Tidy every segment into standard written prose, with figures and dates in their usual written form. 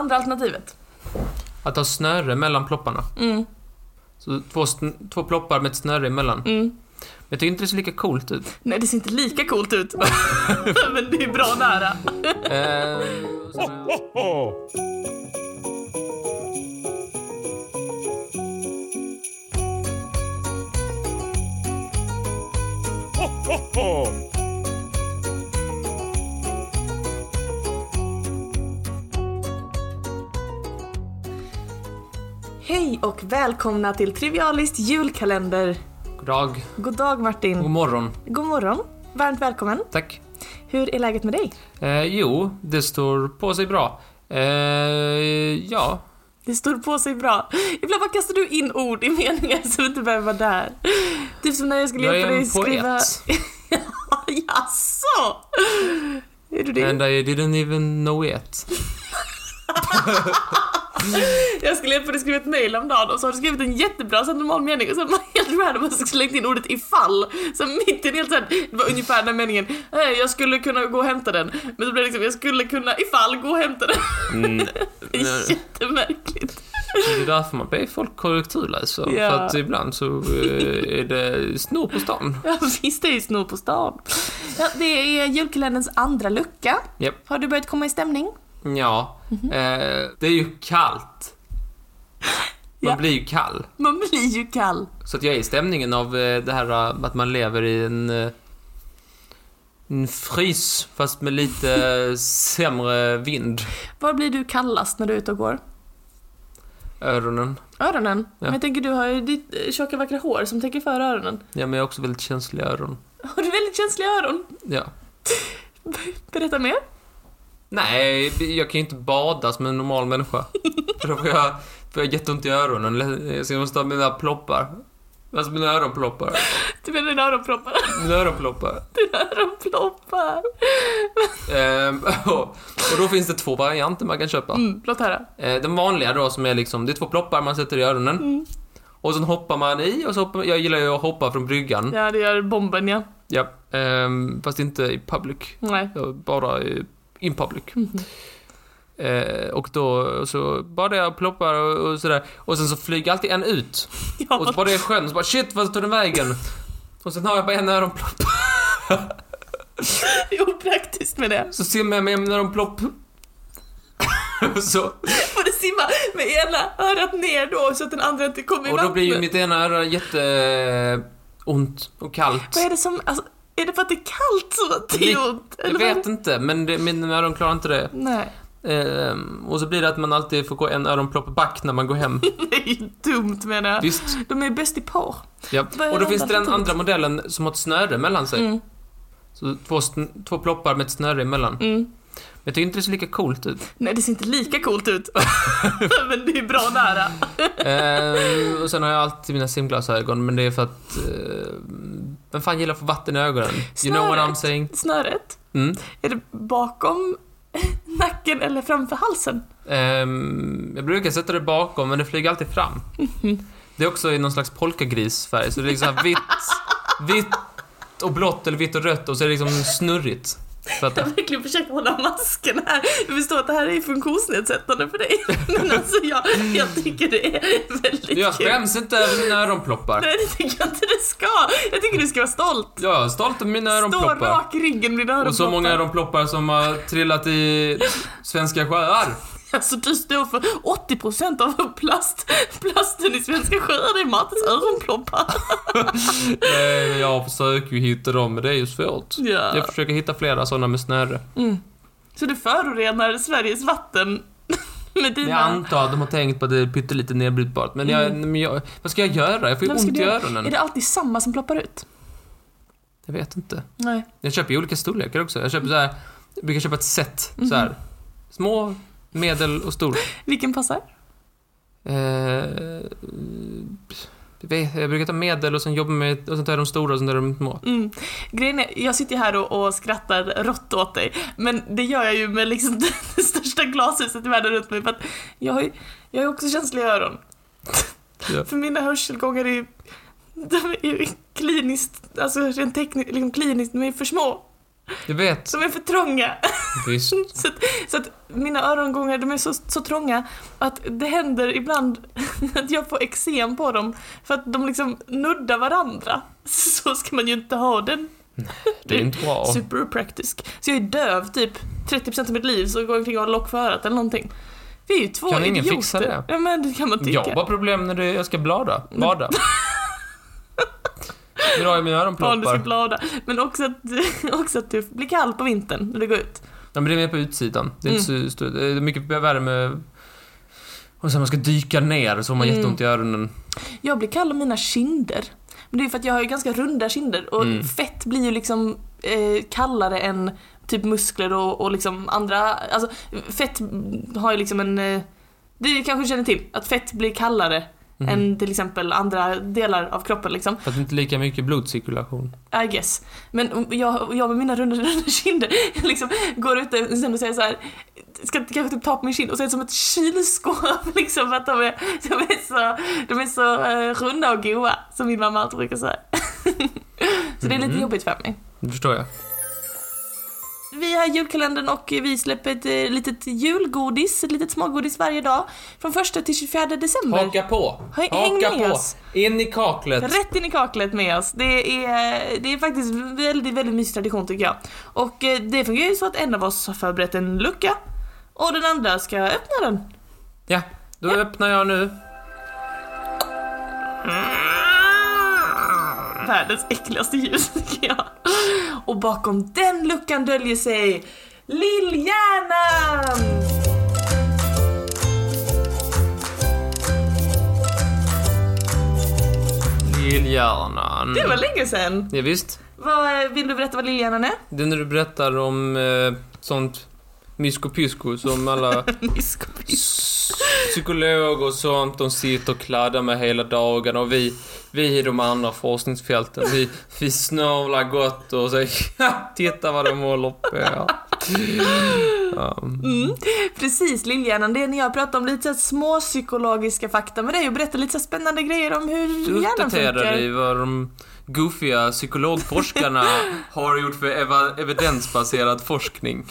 andra alternativet. Att ha snöre mellan plopparna. Så två ploppar med ett snöre emellan. Men jag tycker inte det ser lika coolt ut. Nej, det ser inte lika coolt ut. Men det är bra nära. Hej och välkomna till Trivialist julkalender. God dag. God dag Martin. God morgon. God morgon. Varmt välkommen. Tack. Hur är läget med dig? Jo, det står på sig bra. Ja. Det står på sig bra. Ibland bara kastar du in ord i meningar som inte behöver vara där. Typ som när jag skulle hjälpa dig skriva... Jaså? Är du det? And I didn't even know it. Jag skulle hjälpa dig skriva ett mejl om dagen och så har du skrivit en jättebra så normal mening och så har man helt random och slängt in ordet ifall. Så mitt i en helt såhär, det var ungefär den meningen. Jag skulle kunna gå och hämta den. Men så blev det liksom, jag skulle kunna ifall gå och hämta den. Det är jättemärkligt. Det är därför man ber folk korrekturläsa. Ja. För att ibland så är det snor på stan. Ja visst, det är ju snor på stan. Ja, det är julkalenderns andra lucka. Yep. Har du börjat komma i stämning? Ja, det är ju kallt. Man blir ju kall. Man blir ju kall. Så att jag är i stämningen av det här att man lever i en frys fast med lite sämre vind. Var blir du kallast när du är ute och går? Öronen. Öronen? Ja. Men jag tänker du har ju ditt tjocka vackra hår som täcker för öronen. Ja, men jag har också väldigt känsliga öron. Har du väldigt känsliga öron? Ja. Berätta mer. Nej, jag kan ju inte bada som en normal människa. För då får jag jätteont i öronen. Så jag måste ha mina ploppar. Alltså mina öronploppar. Du menar dina öronploppar? Mina öronploppar. Dina öronploppar. Och då finns det två varianter man kan köpa. Låt höra. Den vanliga då som är liksom, det är två ploppar man sätter i öronen. Och sen hoppar man i och så hoppar, jag gillar ju att hoppa från bryggan. Ja, det gör bomben, ja. Ja, fast inte i public. Nej. Bara in public. Och då så bara jag ploppar och sådär. Och sen så flyger alltid en ut. Ja. Och så bara det är sjön. Så bara shit, vad tog den vägen? Och sen har jag bara en öronplopp. Det är opraktiskt med det. Så simmar jag med en öronplopp. Och så. Får du simma med ena örat ner då så att den andra inte kommer i vattnet. Och då blir ju mitt ena öra jätteont och kallt. Vad är det som... Alltså, är det för att det är kallt så att det är ont? Jag vet inte, men mina öron klarar inte det. Nej. Och så blir det att man alltid får gå en öronplopp back när man går hem. Det är ju dumt med det. Visst. De är bäst i par. Ja. Och då finns det den andra modellen som har ett snöre mellan sig. Så två ploppar med ett snöre emellan. Men jag tycker inte det ser lika coolt ut. Nej, det ser inte lika coolt ut. Men det är bra nära. Och sen har jag alltid mina simglasögon. Men det är för att vem fan gillar att få vatten i ögonen? Snöret. You know what I'm saying? Snöret? Är det bakom nacken eller framför halsen? Jag brukar sätta det bakom, men det flyger alltid fram. Det är också i någon slags polkagrisfärg. Så det är liksom vitt och blått eller vitt och rött. Och så är det liksom snurrigt. Jag har verkligen försökt hålla masken här. Jag förstår att det här är funktionsnedsättande för dig. Men alltså jag tycker det är väldigt jag skäms inte över mina öronploppar. Nej, det tycker jag inte det ska. Jag tycker du ska vara stolt. Jag är stolt över mina öronploppar. Stå rak i ryggen med dina öronploppar. Och så många öronploppar som har trillat i svenska sjöar. Alltså du står för 80% av plasten i svenska sjöar. Det är Mattes öronploppar. Jag försöker ju hitta dem, men det är ju svårt. Ja. Jag försöker hitta flera sådana med snöre. Så du förorenar Sveriges vatten med dina... Jag antar att de har tänkt på att det är pyttelite nedbrytbart. Men vad ska jag göra? Jag får ju ont i öronen. Är det alltid samma som ploppar ut? Jag vet inte. Nej. Jag köper ju olika storlekar också. Jag köper så här, jag brukar köpa ett set så här. Små, medel och stor. Vilken passar? Jag brukar ta medel och sen jobba med, och sen tar jag de stora och sen tar jag de små. Grejen är, jag sitter här och skrattar rått åt dig. Men det gör jag ju med liksom det största glashuset i världen runt mig. För att jag har ju också känsliga öron. Ja. För mina hörselgångar är ju kliniskt, alltså rent tekniskt, liksom kliniskt, de är för små. Jag vet. De är för trånga. Visst. så att mina örongångar, de är så trånga att det händer ibland att jag får eksem på dem för att de liksom nuddar varandra. Så ska man ju inte ha den. Det är inte bra. Superpraktisk. Så jag är döv typ 30% av mitt liv, så går jag omkring och har lock för örat eller någonting. Vi är ju två Kan ingen idioter. fixa det? Ja, men det kan man tycka. Jag har bara problem när jag ska bada. Nu har jag mina öronproppar. Blada. Men också att du blir kall på vintern när det går ut. Ja, men det är mer på utsidan. Det är inte så, det är mycket värme. Och sen man ska dyka ner så har man jätteont i öronen. Jag blir kall om mina kinder. Men det är för att jag har ju ganska runda kinder. Och fett blir ju liksom kallare än typ muskler och liksom andra. Alltså fett har ju liksom en... Det kanske känner till. Att fett blir kallare än till exempel andra delar av kroppen liksom. För att det inte är lika mycket blodcirkulation. I guess. Men jag med mina runda kinder liksom går ut och säger så här, ska kanske typ ta på min kind och så är det som ett kylskåp liksom, för att de är så runda och goa, som min mamma alltid brukar säga. Så det är lite jobbigt för mig. Det förstår jag. Vi har julkalendern och vi släpper ett litet julgodis, ett litet smågodis varje dag från 1 till 24 december. Haka på. Häng med oss. In i kaklet. Rätt in i kaklet med oss. Det är faktiskt väldigt mysig tradition tycker jag. Och det fungerar ju så att en av oss har förberett en lucka och den andra ska öppna den. Ja, då öppnar jag nu. Världens äckligaste ljus tycker jag. Och bakom den luckan döljer sig Lillhjärnan! Lillhjärnan. Det var länge sedan. Ja, visst. Vill du berätta vad Lillhjärnan är? Det är när du berättar om sånt mysko-pysko som alla psykologer och sånt, de sitter och kladdar med hela dagen, och vi i de andra forskningsfälten, vi snörvlar gott och säger titta vad de håller på. Precis, Lillhjärnan, det är när jag pratar om lite små psykologiska fakta med dig och berättar lite så spännande grejer om hur hjärnan funkar. Du dig vad de goofiga psykologforskarna har gjort för evidensbaserad forskning.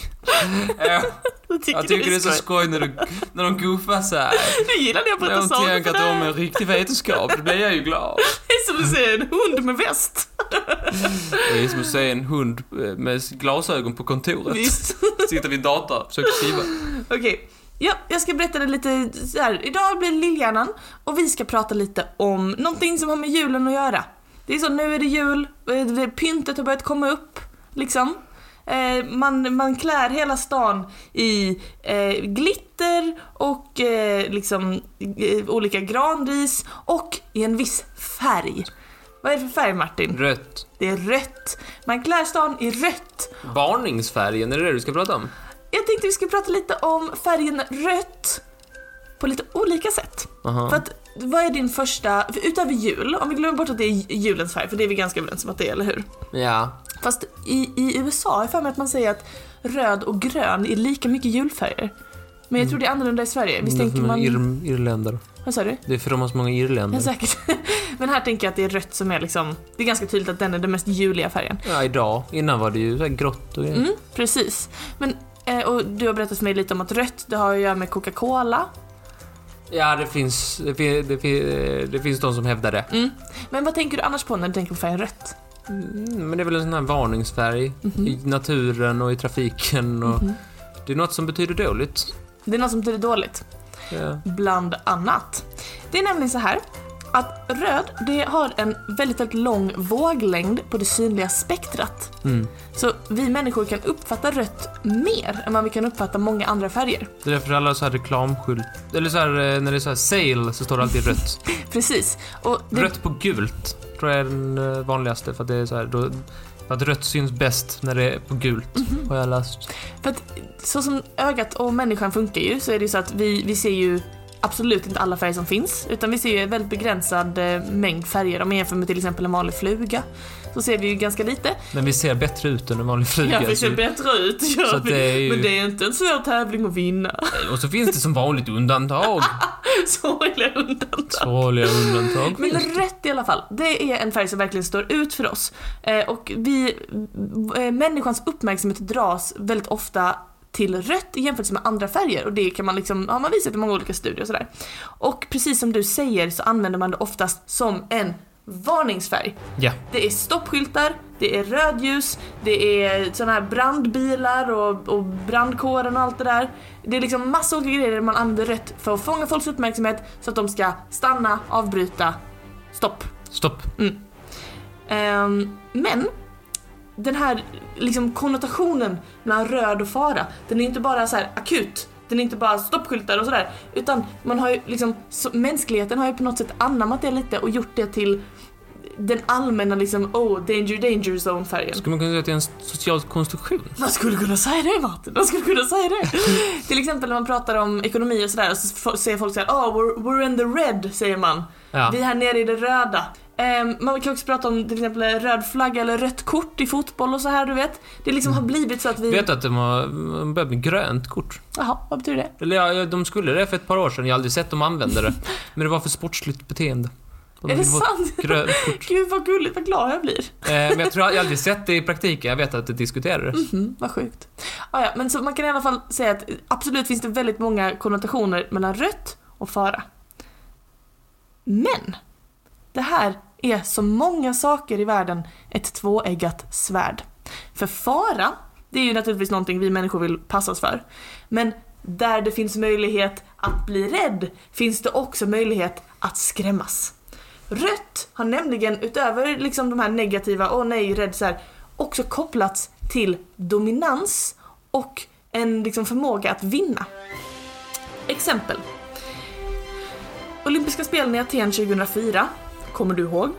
Jag tycker det är så skoj när de goofar så här. Du gillar det, jag pratar saker. Jag tänker att de är riktig vetenskap, då blir jag ju glad. Det är som att se en hund med väst. Det är som att se en hund med glasögon på kontoret. Visst. Sitter vid dator, försöker skriva. Okej. Ja, jag ska berätta det lite så här. Idag blir det Lillhjärnan och vi ska prata lite om någonting som har med julen att göra. Det är så, nu är det jul, pyntet har börjat komma upp liksom. Man klär hela stan i glitter och liksom olika granris och i en viss färg. Vad är det för färg, Martin? Rött. Det är rött. Man klär stan i rött. Varningsfärgen, är det du ska prata om? Jag tänkte vi skulle prata lite om färgen rött på lite olika sätt. För att, vad är din första, utöver jul, om vi glömmer bort att det är julens färg, för det är vi ganska överens om att det är, eller hur? Ja. Fast i USA är för mig att man säger att röd och grön är lika mycket julfärger. Men jag tror det är annorlunda i Sverige. Visst tänker man... Irländare. Vad sa du? Det är för de har så många irländare. Ja, säkert. Men här tänker jag att det är rött som är liksom... Det är ganska tydligt att den är den mest juliga färgen. Ja, idag. Innan var det ju så här grått och grejer. Precis. Men, och du har berättat för mig lite om att rött, det har att göra med Coca-Cola. Ja, det finns de som hävdar det. Men vad tänker du annars på när du tänker på färgen rött? Men det är väl en sån här varningsfärg i naturen och i trafiken. Och det är något som betyder dåligt. Det är något som betyder dåligt. Ja. Bland annat. Det är nämligen så här att röd, det har en väldigt, väldigt lång våglängd på det synliga spektrat. Så vi människor kan uppfatta rött mer än vad vi kan uppfatta många andra färger. Det är därför alla så här reklamskylt, eller så här, när det är så här sale så står det alltid rött. Precis. Och rött på gult tror jag är den vanligaste, för att det är så här, då, för att rött syns bäst när det är på gult, har jag läst. För att så som ögat och människan funkar ju, så är det ju så att vi ser ju absolut inte alla färger som finns, utan vi ser ju en väldigt begränsad mängd färger. Om man jämför med till exempel en vanlig fluga, så ser vi ju ganska lite. Men vi ser bättre ut än en vanlig fluga. Ja, vi ser bättre ut, ja. Så det är ju... Men det är inte en svår tävling att vinna. Och så finns det som vanligt undantag. sorgliga undantag. Sorgliga undantag. Men rött i alla fall, det är en färg som verkligen står ut för oss. Och människans uppmärksamhet dras väldigt ofta till rött i jämförelse med andra färger. Och det kan man liksom, har man visat i många olika studier och sådär. Och precis som du säger så använder man det oftast som en varningsfärg. Ja. Det är stoppskyltar, det är rödljus, det är såna här brandbilar och brandkåren och allt det där. Det är liksom massa olika grejer man använder rött för att fånga folks uppmärksamhet så att de ska stanna, avbryta, stopp. Men den här liksom konnotationen mellan röd och fara, den är inte bara så här akut. Den är inte bara stoppskyltar och sådär, utan man har ju liksom, mänskligheten har ju på något sätt anammat det lite och gjort det till den allmänna liksom, danger zone färgen. Skulle man kunna säga att det är en social konstruktion? Man skulle kunna säga det, Martin. Man skulle kunna säga det. Till exempel när man pratar om ekonomi och sådär, och så säger folk såhär, we're in the red, säger man. Ja. Vi är här nere i det röda. Man kan också prata om till exempel röd flagga eller rött kort i fotboll och så här, du vet. Det liksom har blivit så att vi... Vet att de har börjat med grönt kort. Jaha, vad betyder det? Eller ja, de skulle det för ett par år sedan. Jag har aldrig sett dem använda det. Men det var för sportsligt beteende. Är det sant? Gud vad gulligt, vad glad jag blir. Men jag tror jag aldrig sett det i praktiken. Jag vet att det diskuterades. Vad sjukt. Ja, men så man kan i alla fall säga att absolut finns det väldigt många konnotationer mellan rött och fara. Men det här är som många saker i världen ett tvåeggat svärd. För fara, det är ju naturligtvis någonting vi människor vill passa oss för. Men där det finns möjlighet att bli rädd finns det också möjlighet att skrämmas. Rött har nämligen utöver liksom de här negativa, rädd så här, också kopplats till dominans och en liksom förmåga att vinna. Exempel. Olympiska spelen i Aten 2004. Kommer du ihåg?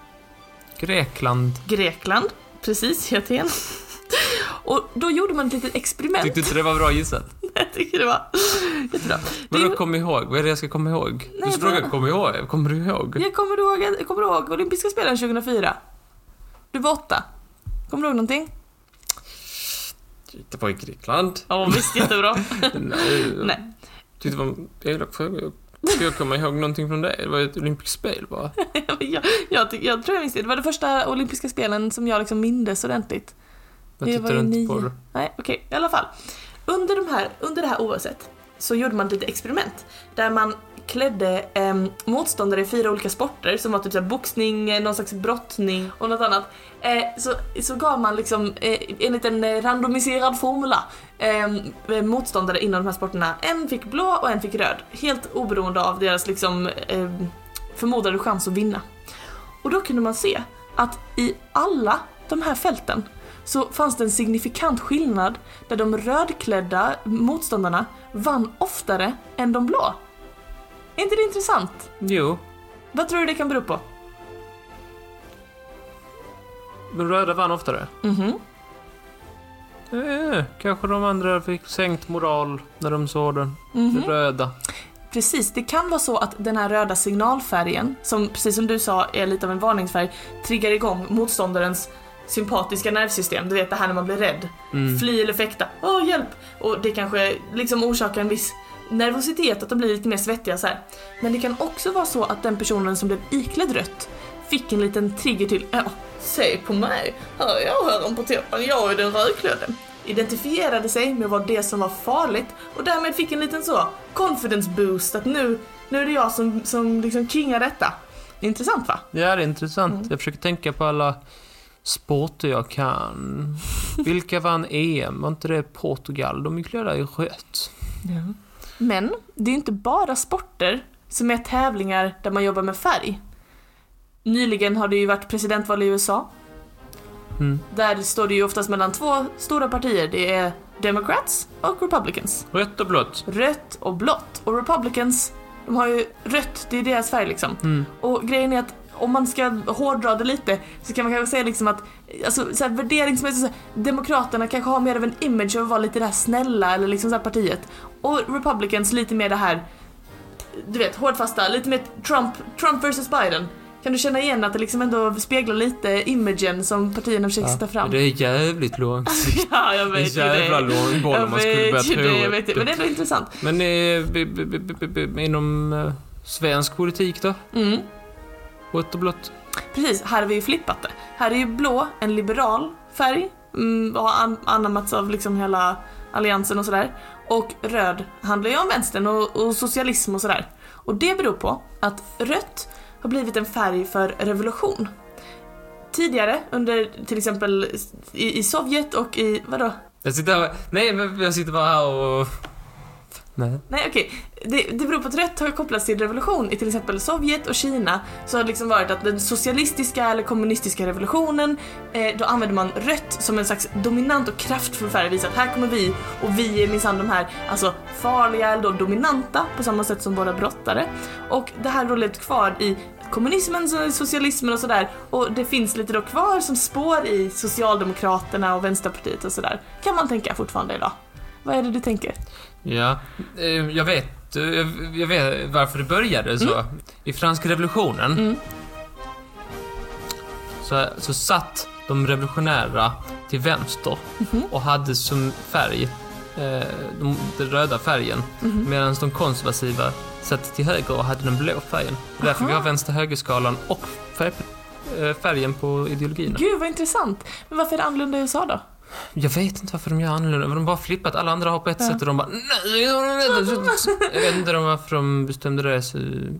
Grekland, precis, i Aten. Och då gjorde man ett litet experiment. Tyckte inte det var bra gissat? Jag tycker det var jättebra. Men då kom ihåg, vad är det jag ska komma ihåg? Du frågar, kommer du ihåg? Jag kommer ihåg Olympiska spelen 2004. Du var 8. Kommer du ihåg någonting? Det var i Grekland. Ja, visst, jättebra. Nej. Det var en elak fråga. Ska jag komma ihåg någonting från det? Det var ett olympiskt spel, va? jag tror jag minns det. Det var det första olympiska spelen som jag liksom mindes ordentligt. Jag tittar inte på det. Nej, okej. I alla fall. Under det här oavsett så gjorde man ett litet experiment där man klädde motståndare i 4 olika sporter som var typ så här boxning, någon slags brottning och något annat. Så gav man liksom en liten randomiserad formula motståndare inom de här sporterna. En fick blå och en fick röd. Helt oberoende av deras liksom förmodade chans att vinna. Och då kunde man se att i alla de här fälten så fanns det en signifikant skillnad där de rödklädda motståndarna vann oftare än de blå. Är inte det intressant? Jo. Vad tror du det kan bero på? De röda vann oftare? Kanske de andra fick sänkt moral när de såg den röda. Precis, det kan vara så att den här röda signalfärgen, som precis som du sa är lite av en varningsfärg, triggar igång motståndarens sympatiska nervsystem. Du vet det här när man blir rädd. Fly eller fäkta. Hjälp! Och det kanske liksom orsakar en viss nervositet, att de blir lite mer svettiga så här. Men det kan också vara så att den personen som blev iklädd rött fick en liten trigger till se på mig, jag hör dem på toppen, jag är den rödklädde. Identifierade sig med vad det som var farligt och därmed fick en liten så confidence boost att nu är det jag som liksom kingar detta. Intressant, va? Ja, det är intressant. Jag försöker tänka på alla sporter jag kan. Vilka vann EM? Var inte det Portugal? De är klädda i rött. Ja. Men det är inte bara sporter som är tävlingar där man jobbar med färg. Nyligen har det ju varit presidentval i USA. Där står det ju oftast mellan 2 stora partier. Det är Democrats och Republicans. Rött och blått. Rött och blått. Och Republicans, de har ju rött, det är deras färg liksom. Och grejen är att om man ska hårdra det lite så kan man kanske säga liksom att alltså, så här, värderingsmässigt så här, demokraterna kanske har mer av en image av att vara lite det här snälla eller liksom så här partiet. Och Republicans lite mer det här, du vet, hårdfasta, lite mer Trump versus Biden. Kan du känna igen att det liksom ändå speglar lite imagen som partierna försöker ta fram? Det är jävligt långt. Ja, jag vet ju det. Jävla lång boll om man skulle börja tro jag vet det. Men det är ändå intressant. Men inom svensk politik då? Rött och blått. Precis, här har vi ju flippat det. Här är ju blå en liberal färg. Och har anammats av liksom hela alliansen och sådär. Och röd handlar ju om vänstern och socialism och sådär. Och det beror på att rött har blivit en färg för revolution. Tidigare, under till exempel i Sovjet och i, vadå? Jag sitter bara här och... Nej, okej. Det beror på att rött har kopplats till revolution i till exempel Sovjet och Kina. Så har det liksom varit att den socialistiska eller kommunistiska revolutionen, då använder man rött som en slags dominant och kraftfull färg. Visar att här kommer vi, och vi är minsann de här alltså farliga eller då dominanta på samma sätt som våra brottare. Och det här har levt kvar i kommunismen, socialismen och sådär. Och det finns lite då kvar som spår i Socialdemokraterna och Vänsterpartiet och sådär. Kan man tänka fortfarande idag. Vad är det du tänker? Ja, jag vet varför det började så. I franska revolutionen så satt de revolutionära till vänster och hade som färg den röda färgen, medan de konservativa satt till höger och hade den blå färgen. Därför vi har vänster-högerskalan och färgen på ideologierna. Gud, vad intressant. Men varför är det annorlunda i USA då? Jag vet inte varför de gör annorlunda. De bara flippat. Alla andra har på ett sätt och de bara... Nej, jag vet inte varför de bestämde det. Så...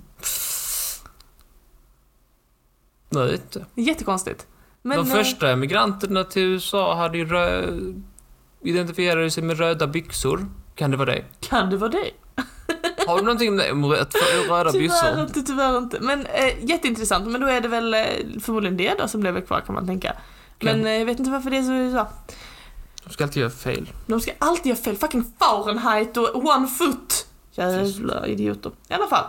Jag vet inte. Jättekonstigt. Men, de första emigranterna till USA hade ju identifierade sig med röda byxor. Kan det vara det? Kan det vara det? Har du någonting om röda byxor? Tyvärr inte. Men jätteintressant. Men då är det väl förmodligen det då som lever kvar, kan man tänka. Men jag vet inte varför det är så i USA. De ska alltid göra fel. De ska alltid göra fel. Fucking Fahrenheit och one foot. Jävla idioter. I alla fall.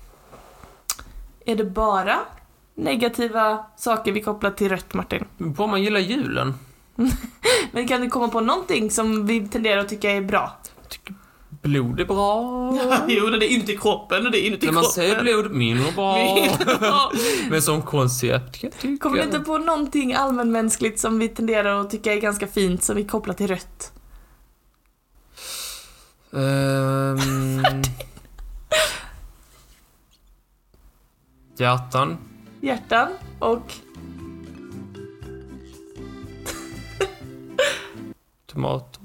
Är det bara negativa saker vi kopplar till rött, Martin? På man gillar julen. Men kan du komma på någonting som vi tenderar att tycka är bra? Blod är bra. Ja, jo, det är inuti kroppen och det är inuti kroppen. När man säger blod, mindre bra. Men som koncept. Kommer du inte på någonting allmänmänskligt som vi tenderar att tycka är ganska fint som vi kopplar till rött? Hjärtan och... Tomater.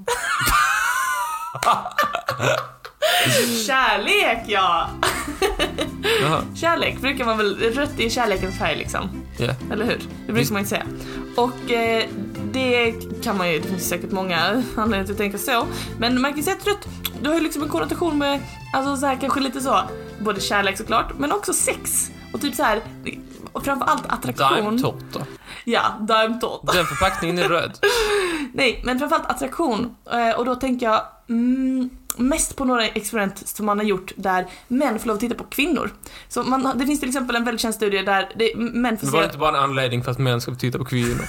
Kärlek, ja. Jaha. Kärlek brukar man väl, rött är kärlekens färg liksom. Yeah. Eller hur? Det brukar man inte säga. Och det kan man ju, det finns säkert många anledningar till att tänka så. Men man kan säga att rött, du har ju liksom en konnotation med, alltså så här kanske lite så, både kärlek såklart, men också sex. Och typ så här, och framförallt attraktion. Daimtårta. Ja, daimtårta. Den förpackningen är röd. Nej, men framförallt attraktion. Och då tänker jag mest på några experiment som man har gjort där män får lov att titta på kvinnor. Så det finns till exempel en väldigt känd studie där män får se... Det var inte bara en anledning för att män ska få titta på kvinnor.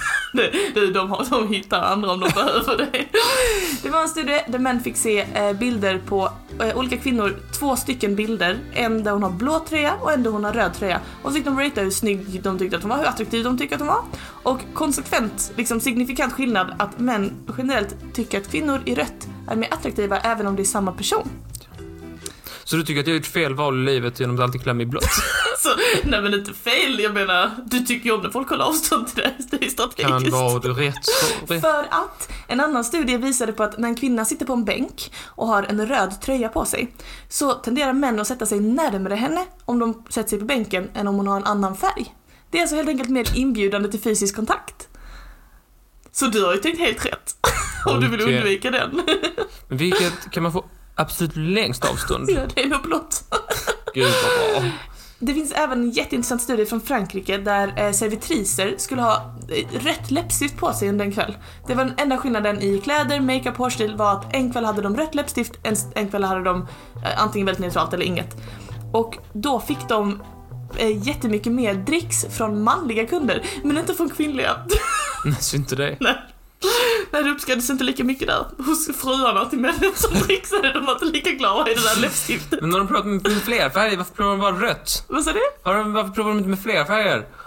de hittar andra om de behöver det. Det var en studie där män fick se bilder på olika kvinnor, 2 stycken bilder. En där hon har blå tröja och en där hon har röd tröja. Och så fick de ratea hur snygg de tyckte att hon var, hur attraktiv de tyckte att hon var. Och konsekvent, liksom signifikant skillnad att män generellt tycker att kvinnor i rött är mer attraktiva även om det är samma person. Så du tycker att jag har gjort fel val i livet genom att alltid klämma i blått? Så, nej men inte fel, jag menar, du tycker ju om när folk håller avstånd till det är strategiskt. Kan vara det rätt så. För att en annan studie visade på att när en kvinna sitter på en bänk och har en röd tröja på sig, så tenderar män att sätta sig närmare henne om de sätter sig på bänken än om hon har en annan färg. Det är alltså helt enkelt mer inbjudande till fysisk kontakt. Så du har ju tänkt helt rätt. Om du vill undvika den. Men vilket kan man få absolut längst avstånd? Ja, det är nog blått. Gud vad bra. Det finns även en jätteintressant studie från Frankrike där servitriser skulle ha rött läppstift på sig under en kväll. Det var den enda skillnaden i kläder, makeup, hårstil var att en kväll hade de rött läppstift, en kväll hade de antingen väldigt neutralt eller inget. Och då fick de jättemycket mer dricks från manliga kunder, men inte från kvinnliga. Nej, så inte det. Nej, det uppskattades inte lika mycket där hos fruarna till männen som dricksade. De var inte lika glada i det där läppstiftet. Men när de pratar med fler färger, varför provar de bara rött? Vad sa du? Varför provar de inte med fler färger?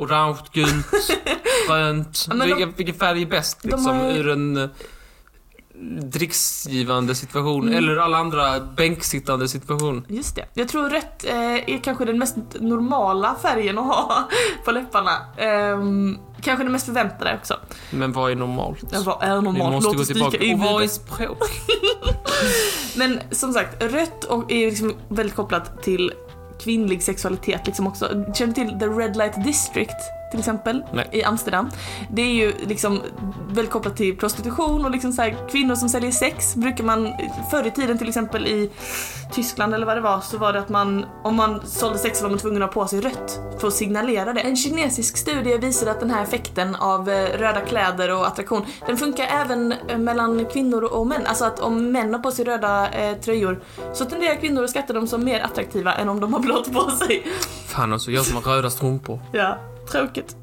orange, gult, grönt. Vilken färg är bäst liksom, ur en dricksgivande situation eller alla andra bänksittande situation? Just det. Jag tror rött är kanske den mest normala färgen att ha på läpparna. Kanske den mest förväntade också. Men vad är normalt? Vad är normalt? Vi måste gå tillbaka. Och vad är språk? Men som sagt, rött är liksom väldigt kopplat till kvinnlig sexualitet liksom också. Känner till The Red Light District till exempel? Nej. I Amsterdam. Det är ju liksom väldigt kopplat till prostitution och liksom så här, kvinnor som säljer sex brukar man förr i tiden till exempel i Tyskland eller vad det var, så var det att man, om man sålde sex var man tvungen att ha på sig rött för att signalera det. En kinesisk studie visade att den här effekten av röda kläder och attraktion, den funkar även mellan kvinnor och män. Alltså att om män har på sig röda tröjor så tenderar kvinnor att skatta dem som mer attraktiva än om de har blått på sig. Fan alltså, jag som har röda strumpor. Ja, tråkigt.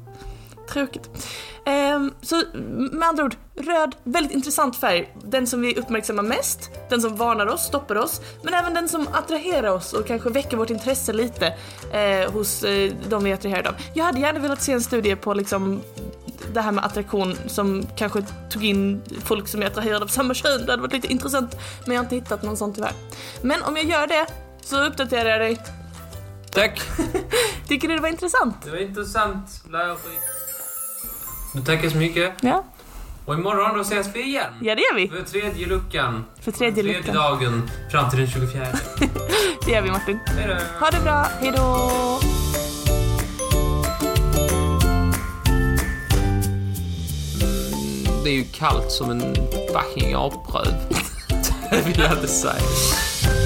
Så med andra ord, röd, väldigt intressant färg. Den som vi uppmärksammar mest, den som varnar oss, stoppar oss, men även den som attraherar oss och kanske väcker vårt intresse lite hos de vi attraherar av. Jag hade gärna velat se en studie på liksom det här med attraktion som kanske tog in folk som är attraherade av samma kön. Det hade varit lite intressant, men jag har inte hittat någon sån tyvärr. Men om jag gör det så uppdaterar jag dig. Tack. Tycker du det var intressant? Det var intressant, lärorikt. Du tackar så mycket. Ja. Och imorgon då ses vi igen. Ja, det gör vi. För tredje luckan. För tredje dagen fram till den 24. Det gör vi, Martin. Hejdå. Ha det bra. Hejdå. Det är ju kallt som en fucking apröv. Det vill jag inte säga.